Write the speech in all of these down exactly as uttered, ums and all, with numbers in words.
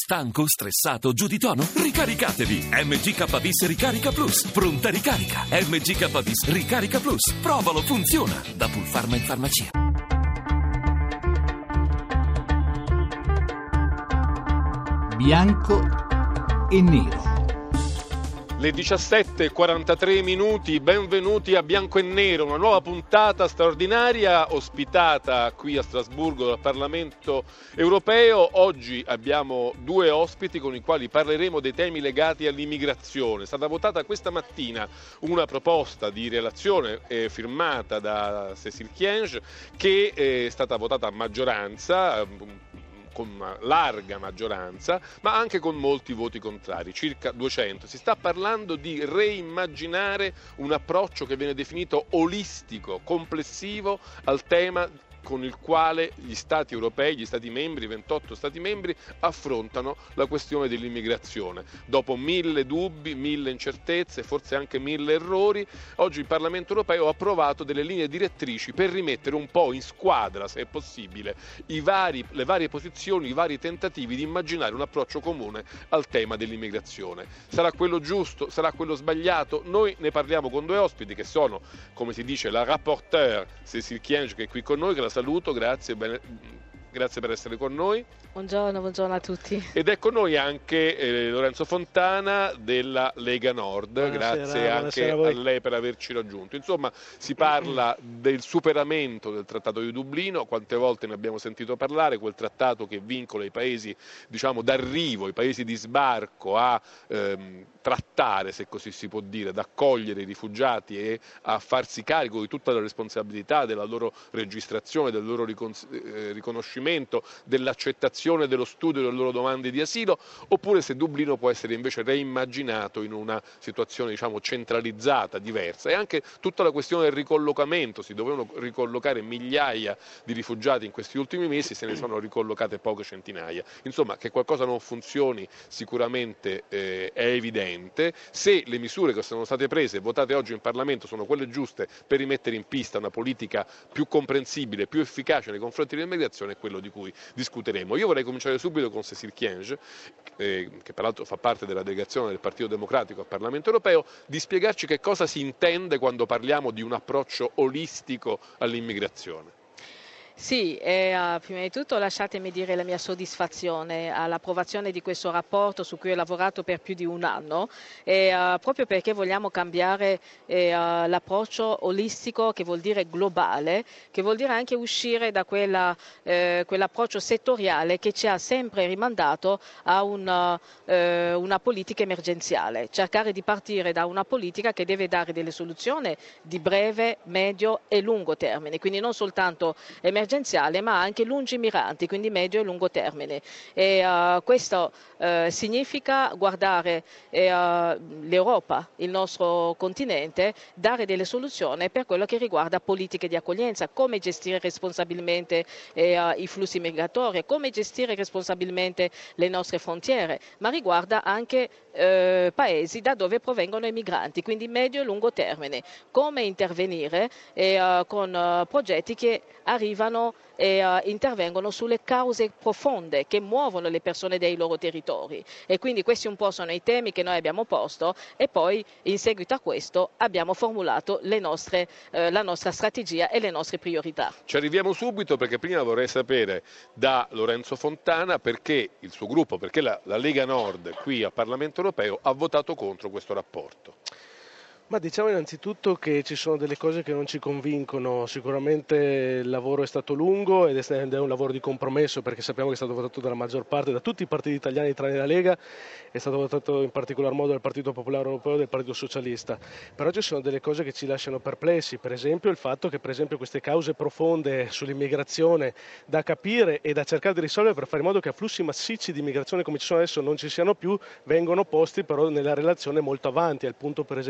Stanco, stressato, giù di tono? Ricaricatevi! M G K Bis Ricarica Plus. Pronta ricarica. M G K Bis Ricarica Plus. Provalo, funziona. Da Pulpharma in farmacia. Bianco e nero. Le diciassette e quarantatré minuti, benvenuti a Bianco e Nero, una nuova puntata straordinaria ospitata qui a Strasburgo dal Parlamento Europeo. Oggi abbiamo due ospiti con i quali parleremo dei temi legati all'immigrazione. È stata votata questa mattina una proposta di relazione eh, firmata da Cécile Kyenge che è stata votata a maggioranza, con una larga maggioranza, ma anche con molti voti contrari, circa duecento. Si sta parlando di reimmaginare un approccio che viene definito olistico, complessivo al tema con il quale gli Stati europei, gli Stati membri, ventotto Stati membri, affrontano la questione dell'immigrazione. Dopo mille dubbi, mille incertezze, forse anche mille errori, oggi il Parlamento europeo ha approvato delle linee direttrici per rimettere un po' in squadra, se è possibile, i vari, le varie posizioni, i vari tentativi di immaginare un approccio comune al tema dell'immigrazione. Sarà quello giusto? Sarà quello sbagliato? Noi ne parliamo con due ospiti che sono, come si dice, la rapporteur Cécile Kyenge, che è qui con noi, che la saluto, grazie, bene, grazie per essere con noi. Buongiorno, buongiorno a tutti. Ed è con noi anche eh, Lorenzo Fontana della Lega Nord, buonasera, grazie anche a, a lei per averci raggiunto. Insomma, si parla del superamento del Trattato di Dublino, quante volte ne abbiamo sentito parlare, quel trattato che vincola i paesi, diciamo, d'arrivo, i paesi di sbarco a ehm, trattare, se così si può dire, ad accogliere i rifugiati e a farsi carico di tutta la responsabilità della loro registrazione, del loro ricon- eh, riconoscimento, dell'accettazione dello studio delle loro domande di asilo, oppure se Dublino può essere invece reimmaginato in una situazione, diciamo, centralizzata, diversa. E anche tutta la questione del ricollocamento, si dovevano ricollocare migliaia di rifugiati in questi ultimi mesi, se ne sono ricollocate poche centinaia. Insomma, che qualcosa non funzioni sicuramente eh, è evidente. Se le misure che sono state prese e votate oggi in Parlamento sono quelle giuste per rimettere in pista una politica più comprensibile, più efficace nei confronti dell'immigrazione, è quello di cui discuteremo. Io vorrei cominciare subito con Cécile Kyenge, eh, che peraltro fa parte della delegazione del Partito Democratico al Parlamento Europeo, di spiegarci che cosa si intende quando parliamo di un approccio olistico all'immigrazione. Sì, eh, prima di tutto lasciatemi dire la mia soddisfazione all'approvazione di questo rapporto su cui ho lavorato per più di un anno, e, uh, proprio perché vogliamo cambiare eh, uh, l'approccio olistico, che vuol dire globale, che vuol dire anche uscire da quella, eh, quell'approccio settoriale che ci ha sempre rimandato a una, eh, una politica emergenziale, cercare di partire da una politica che deve dare delle soluzioni di breve, medio e lungo termine, quindi non soltanto emergenziale ma anche lungimiranti, quindi medio e lungo termine. E, uh, questo uh, significa guardare eh, uh, l'Europa, il nostro continente, dare delle soluzioni per quello che riguarda politiche di accoglienza, come gestire responsabilmente eh, uh, i flussi migratori, come gestire responsabilmente le nostre frontiere, ma riguarda anche eh, paesi da dove provengono i migranti, quindi medio e lungo termine, come intervenire eh, uh, con uh, progetti che arrivano e uh, intervengono sulle cause profonde che muovono le persone dei loro territori, e quindi questi un po' sono i temi che noi abbiamo posto, e poi in seguito a questo abbiamo formulato le nostre, uh, la nostra strategia e le nostre priorità. Ci arriviamo subito, perché prima vorrei sapere da Lorenzo Fontana perché il suo gruppo, perché la, la Lega Nord qui al Parlamento Europeo ha votato contro questo rapporto. Ma diciamo innanzitutto che ci sono delle cose che non ci convincono. Sicuramente il lavoro è stato lungo ed è un lavoro di compromesso, perché sappiamo che è stato votato dalla maggior parte, da tutti i partiti italiani tranne la Lega, è stato votato in particolar modo dal Partito Popolare Europeo e del Partito Socialista. Però ci sono delle cose che ci lasciano perplessi, per esempio il fatto che per esempio queste cause profonde sull'immigrazione da capire e da cercare di risolvere per fare in modo che afflussi massicci di immigrazione come ci sono adesso non ci siano più, vengono posti però nella relazione molto avanti, al punto per esempio cento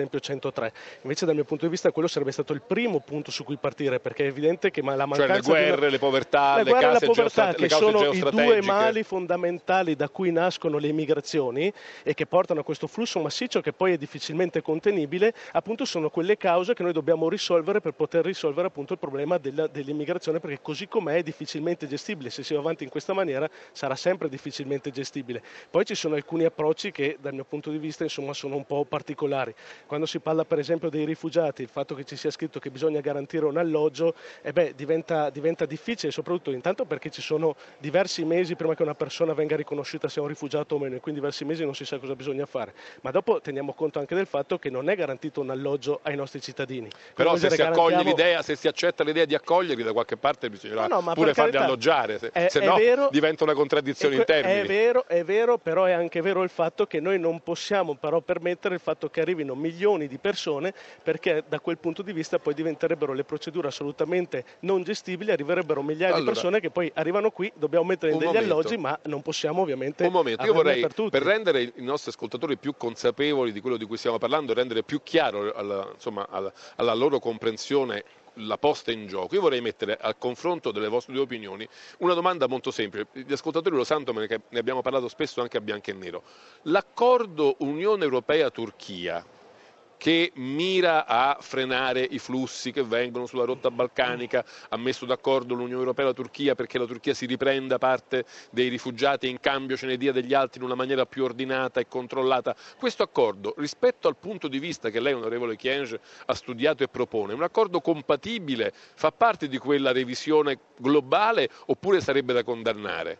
punto tre. Invece dal mio punto di vista quello sarebbe stato il primo punto su cui partire, perché è evidente che la mancanza cioè le guerre, di una... le povertà, le, le, guerre case la povertà geostra... che le cause sono i due mali fondamentali da cui nascono le immigrazioni e che portano a questo flusso massiccio che poi è difficilmente contenibile, appunto sono quelle cause che noi dobbiamo risolvere per poter risolvere appunto il problema della, dell'immigrazione, perché così com'è è difficilmente gestibile. Se si va avanti in questa maniera sarà sempre difficilmente gestibile. Poi ci sono alcuni approcci che dal mio punto di vista insomma sono un po' particolari. Quando si parla per esempio dei rifugiati, il fatto che ci sia scritto che bisogna garantire un alloggio, eh beh, diventa, diventa difficile, soprattutto intanto perché ci sono diversi mesi prima che una persona venga riconosciuta sia un rifugiato o meno, e quindi diversi mesi non si sa cosa bisogna fare. Ma dopo teniamo conto anche del fatto che non è garantito un alloggio ai nostri cittadini. Però se si, garantiamo... accoglie l'idea, se si accetta l'idea di accoglierli, da qualche parte bisognerà no, no, pure farli carità, alloggiare, se, è, se è no vero, diventa una contraddizione è, in termini. È vero, è vero, però è anche vero il fatto che noi non possiamo però permettere il fatto che arrivino milioni di persone, perché da quel punto di vista poi diventerebbero le procedure assolutamente non gestibili, arriverebbero migliaia allora, di persone che poi arrivano qui, dobbiamo mettere in degli momento, alloggi, ma non possiamo ovviamente un momento, io vorrei per, tutti. per rendere i nostri ascoltatori più consapevoli di quello di cui stiamo parlando, rendere più chiaro alla, insomma, alla, alla loro comprensione la posta in gioco, io vorrei mettere al confronto delle vostre due opinioni una domanda molto semplice. Gli ascoltatori lo sanno perché ne abbiamo parlato spesso anche a bianco e nero. L'accordo Unione Europea-Turchia che mira a frenare i flussi che vengono sulla rotta balcanica, ha messo d'accordo l'Unione Europea e la Turchia perché la Turchia si riprenda parte dei rifugiati e in cambio ce ne dia degli altri in una maniera più ordinata e controllata. Questo accordo, rispetto al punto di vista che lei, onorevole Kyenge, ha studiato e propone, è un accordo compatibile, fa parte di quella revisione globale oppure sarebbe da condannare?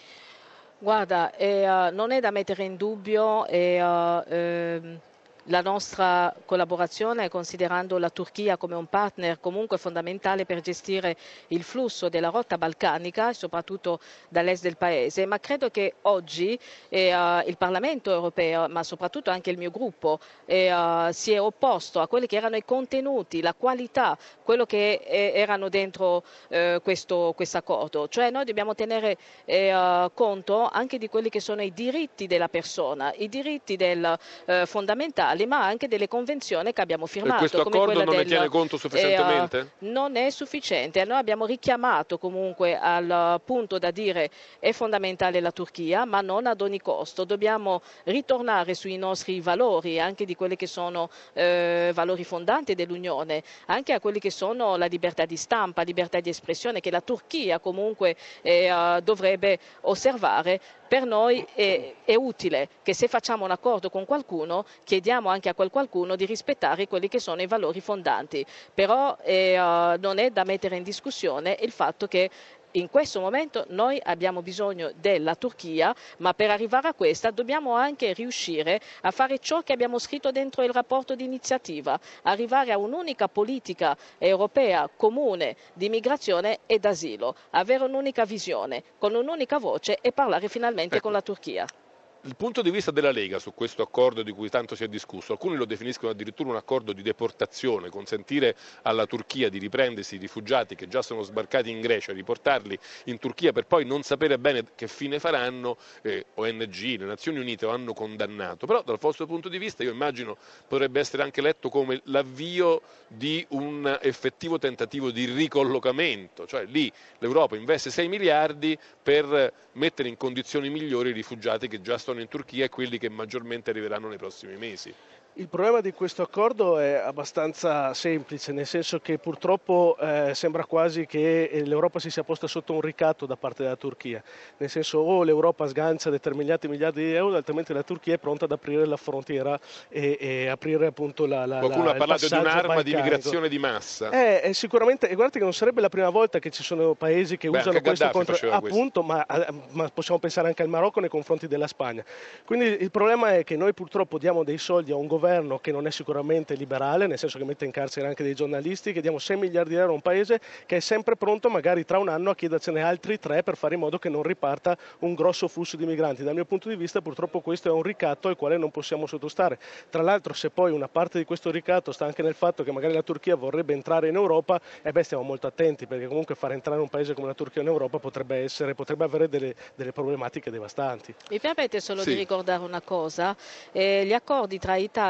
Guarda, eh, uh, non è da mettere in dubbio e, uh, ehm... la nostra collaborazione, considerando la Turchia come un partner comunque fondamentale per gestire il flusso della rotta balcanica, soprattutto dall'est del paese, ma credo che oggi eh, uh, il Parlamento europeo, ma soprattutto anche il mio gruppo, eh, uh, si è opposto a quelli che erano i contenuti, la qualità, quello che eh, erano dentro eh, questo accordo. Cioè noi dobbiamo tenere eh, uh, conto anche di quelli che sono i diritti della persona, i diritti del, eh, fondamentali, ma anche delle convenzioni che abbiamo firmato. E questo accordo non del, ne tiene conto sufficientemente? Eh, non è sufficiente. Noi abbiamo richiamato comunque al punto da dire è fondamentale la Turchia, ma non ad ogni costo. Dobbiamo ritornare sui nostri valori, anche di quelli che sono eh, valori fondanti dell'Unione, anche a quelli che sono la libertà di stampa, libertà di espressione, che la Turchia comunque eh, dovrebbe osservare. Per noi è, è utile che se facciamo un accordo con qualcuno chiediamo anche a quel qualcuno di rispettare quelli che sono i valori fondanti, però eh, uh, non è da mettere in discussione il fatto che in questo momento noi abbiamo bisogno della Turchia, ma per arrivare a questa dobbiamo anche riuscire a fare ciò che abbiamo scritto dentro il rapporto di iniziativa, arrivare a un'unica politica europea comune di immigrazione e d'asilo, avere un'unica visione, con un'unica voce e parlare finalmente ecco. con la Turchia. Il punto di vista della Lega su questo accordo di cui tanto si è discusso, alcuni lo definiscono addirittura un accordo di deportazione, consentire alla Turchia di riprendersi i rifugiati che già sono sbarcati in Grecia, riportarli in Turchia per poi non sapere bene che fine faranno, eh, O N G, le Nazioni Unite lo hanno condannato, però dal vostro punto di vista io immagino potrebbe essere anche letto come l'avvio di un effettivo tentativo di ricollocamento, cioè lì l'Europa investe sei miliardi per mettere in condizioni migliori i rifugiati che già sono in Turchia e quelli che maggiormente arriveranno nei prossimi mesi. Il problema di questo accordo è abbastanza semplice, nel senso che purtroppo eh, sembra quasi che l'Europa si sia posta sotto un ricatto da parte della Turchia, nel senso o l'Europa sgancia determinati miliardi di euro, altrimenti la Turchia è pronta ad aprire la frontiera e, e aprire appunto la, la Qualcuno la, ha parlato di un'arma balcanico. di migrazione di massa. Eh, eh, sicuramente, e guardate che non sarebbe la prima volta che ci sono paesi che Beh, usano questo contro... questo. appunto, ma, ma possiamo pensare anche al Marocco nei confronti della Spagna. Quindi il problema è che noi purtroppo diamo dei soldi a un governo che non è sicuramente liberale, nel senso che mette in carcere anche dei giornalisti, che diamo sei miliardi di euro a un paese che è sempre pronto magari tra un anno a chiedercene altri tre per fare in modo che non riparta un grosso flusso di migranti. Dal mio punto di vista purtroppo questo è un ricatto al quale non possiamo sottostare. Tra l'altro se poi una parte di questo ricatto sta anche nel fatto che magari la Turchia vorrebbe entrare in Europa, eh beh stiamo molto attenti, perché comunque fare entrare un paese come la Turchia in Europa potrebbe, essere, potrebbe avere delle, delle problematiche devastanti. Mi permette solo sì. di ricordare una cosa, eh, gli accordi tra Italia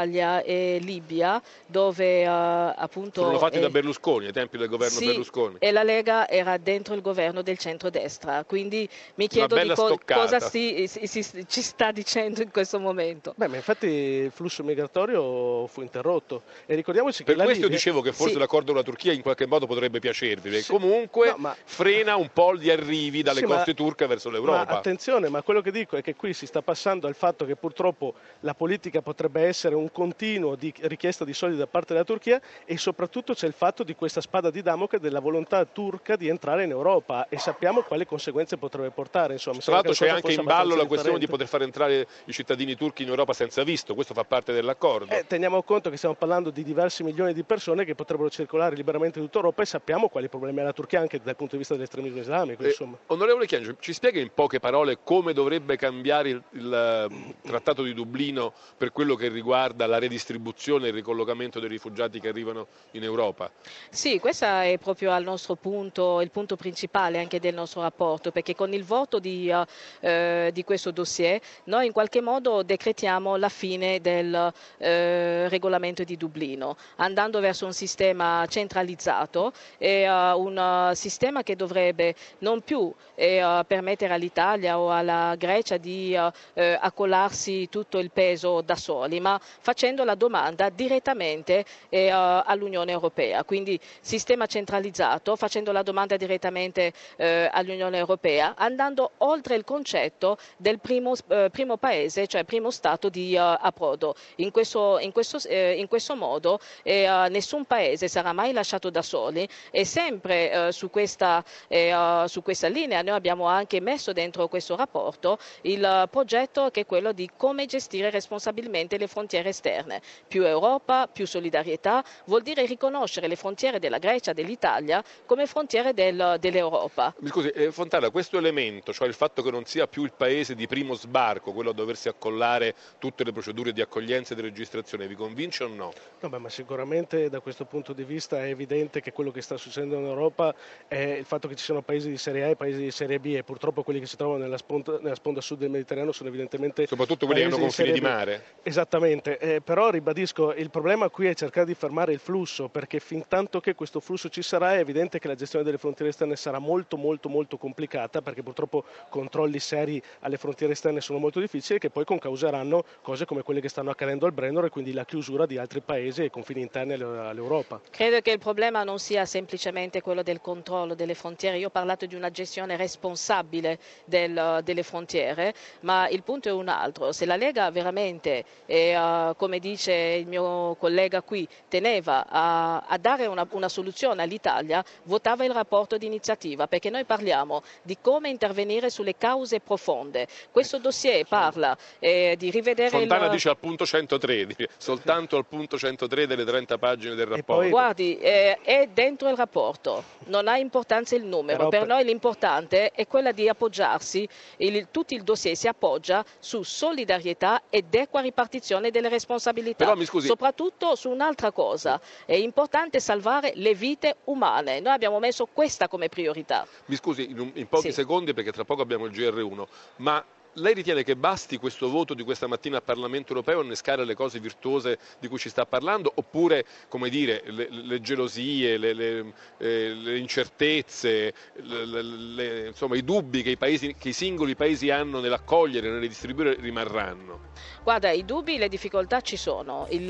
Italia e Libia, dove uh, appunto... Furono fatti è... da Berlusconi, ai tempi del governo sì, Berlusconi. E la Lega era dentro il governo del centrodestra, quindi mi chiedo di co- cosa si, si, si, ci sta dicendo in questo momento. Beh, ma infatti il flusso migratorio fu interrotto e ricordiamoci che per la questo Libia... io dicevo che forse sì. l'accordo con la Turchia in qualche modo potrebbe piacervi, perché sì. comunque no, ma... frena un po' gli arrivi dalle sì, coste ma... turche verso l'Europa. Ma attenzione, ma quello che dico è che qui si sta passando al fatto che purtroppo la politica potrebbe essere un continuo di richiesta di soldi da parte della Turchia e soprattutto c'è il fatto di questa spada di Damocle della volontà turca di entrare in Europa e sappiamo quali conseguenze potrebbe portare. Insomma, tra l'altro c'è anche in ballo la questione differente. di poter far entrare i cittadini turchi in Europa senza visto, questo fa parte dell'accordo. Eh, teniamo conto che stiamo parlando di diversi milioni di persone che potrebbero circolare liberamente in tutta Europa e sappiamo quali problemi ha la Turchia anche dal punto di vista dell'estremismo islamico. Eh, onorevole Chiangio, ci spiega in poche parole come dovrebbe cambiare il, il Trattato di Dublino per quello che riguarda la redistribuzione e il ricollocamento dei rifugiati che arrivano in Europa? Sì, questo è proprio al nostro punto, il punto principale anche del nostro rapporto, perché con il voto di, uh, eh, di questo dossier noi in qualche modo decretiamo la fine del eh, regolamento di Dublino, andando verso un sistema centralizzato e uh, un uh, sistema che dovrebbe non più eh, uh, permettere all'Italia o alla Grecia di uh, eh, accollarsi tutto il peso da soli, ma facendo la domanda direttamente eh, uh, all'Unione Europea. Quindi sistema centralizzato, facendo la domanda direttamente eh, all'Unione Europea, andando oltre il concetto del primo, eh, primo paese, cioè primo stato di uh, approdo. In questo, in questo, eh, in questo modo eh, uh, nessun paese sarà mai lasciato da soli e sempre eh, su, questa, eh, uh, su questa linea noi abbiamo anche messo dentro questo rapporto il uh, progetto che è quello di come gestire responsabilmente le frontiere esterne. Più Europa, più solidarietà, vuol dire riconoscere le frontiere della Grecia, dell'Italia come frontiere del, dell'Europa. Mi scusi, eh, Fontana, questo elemento, cioè il fatto che non sia più il paese di primo sbarco, quello a doversi accollare tutte le procedure di accoglienza e di registrazione, vi convince o no? No, beh, ma sicuramente da questo punto di vista è evidente che quello che sta succedendo in Europa è il fatto che ci siano paesi di serie A e paesi di serie B e purtroppo quelli che si trovano nella sponda, nella sponda sud del Mediterraneo sono evidentemente soprattutto quelli che hanno confini di mare. Esattamente, eh, però ribadisco, il problema qui è cercare di fermare il flusso, perché fin tanto che questo flusso ci sarà è evidente che la gestione delle frontiere esterne sarà molto molto molto complicata, perché purtroppo controlli seri alle frontiere esterne sono molto difficili, che poi concauseranno cose come quelle che stanno accadendo al Brennero e quindi la chiusura di altri paesi e confini interni all'Europa. Credo che il problema non sia semplicemente quello del controllo delle frontiere, io ho parlato di una gestione responsabile del, delle frontiere, ma il punto è un altro. Se la Lega veramente, eh, uh, come dice il mio collega qui, teneva a, a dare una, una soluzione all'Italia, votava il rapporto di iniziativa, perché noi parliamo di come intervenire sulle cause profonde. Questo dossier parla eh, di rivedere Fontana il... dice al punto centotré, soltanto al punto centotré delle trenta pagine del rapporto. Poi... Guardi, eh, è dentro il rapporto, non ha importanza il numero, Però per per... noi l'importante è quella di appoggiarsi, il, tutto il dossier si appoggia su solidarietà ed equa ripartizione delle responsabilità. Però mi scusi... Soprattutto su un'altra cosa, è importante salvare le vite umane, noi abbiamo messo questa come priorità. Mi scusi, in, un, in pochi sì. secondi perché tra poco abbiamo il G R uno, ma lei ritiene che basti questo voto di questa mattina al Parlamento europeo a innescare le cose virtuose di cui ci sta parlando, oppure, come dire, le, le gelosie, le, le, eh, le incertezze, le, le, insomma, i dubbi che i, paesi, che i singoli paesi hanno nell'accogliere, nel redistribuire rimarranno? Guarda, i dubbi, le difficoltà ci sono. Il,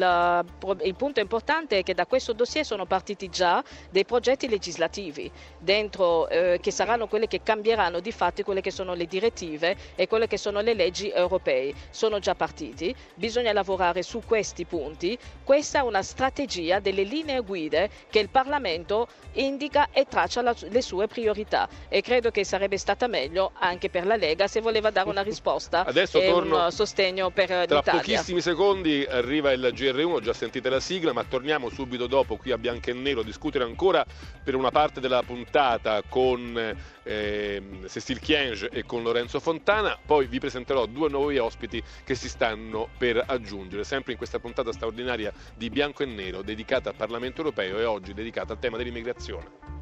il punto importante è che da questo dossier sono partiti già dei progetti legislativi dentro, eh, che saranno quelle che cambieranno di fatto quelle che sono le direttive e quelle che sono le leggi europee. Sono già partiti, bisogna lavorare su questi punti. Questa è una strategia delle linee guide che il Parlamento indica e traccia la, le sue priorità e credo che sarebbe stata meglio anche per la Lega se voleva dare una risposta Adesso e torno... un sostegno per Tra l'Italia. pochissimi secondi arriva il G R uno, già sentite la sigla, ma torniamo subito dopo qui a Bianco e Nero a discutere ancora per una parte della puntata con eh, Cécile Kyenge e con Lorenzo Fontana, poi vi presenterò due nuovi ospiti che si stanno per aggiungere, sempre in questa puntata straordinaria di Bianco e Nero dedicata al Parlamento europeo e oggi dedicata al tema dell'immigrazione.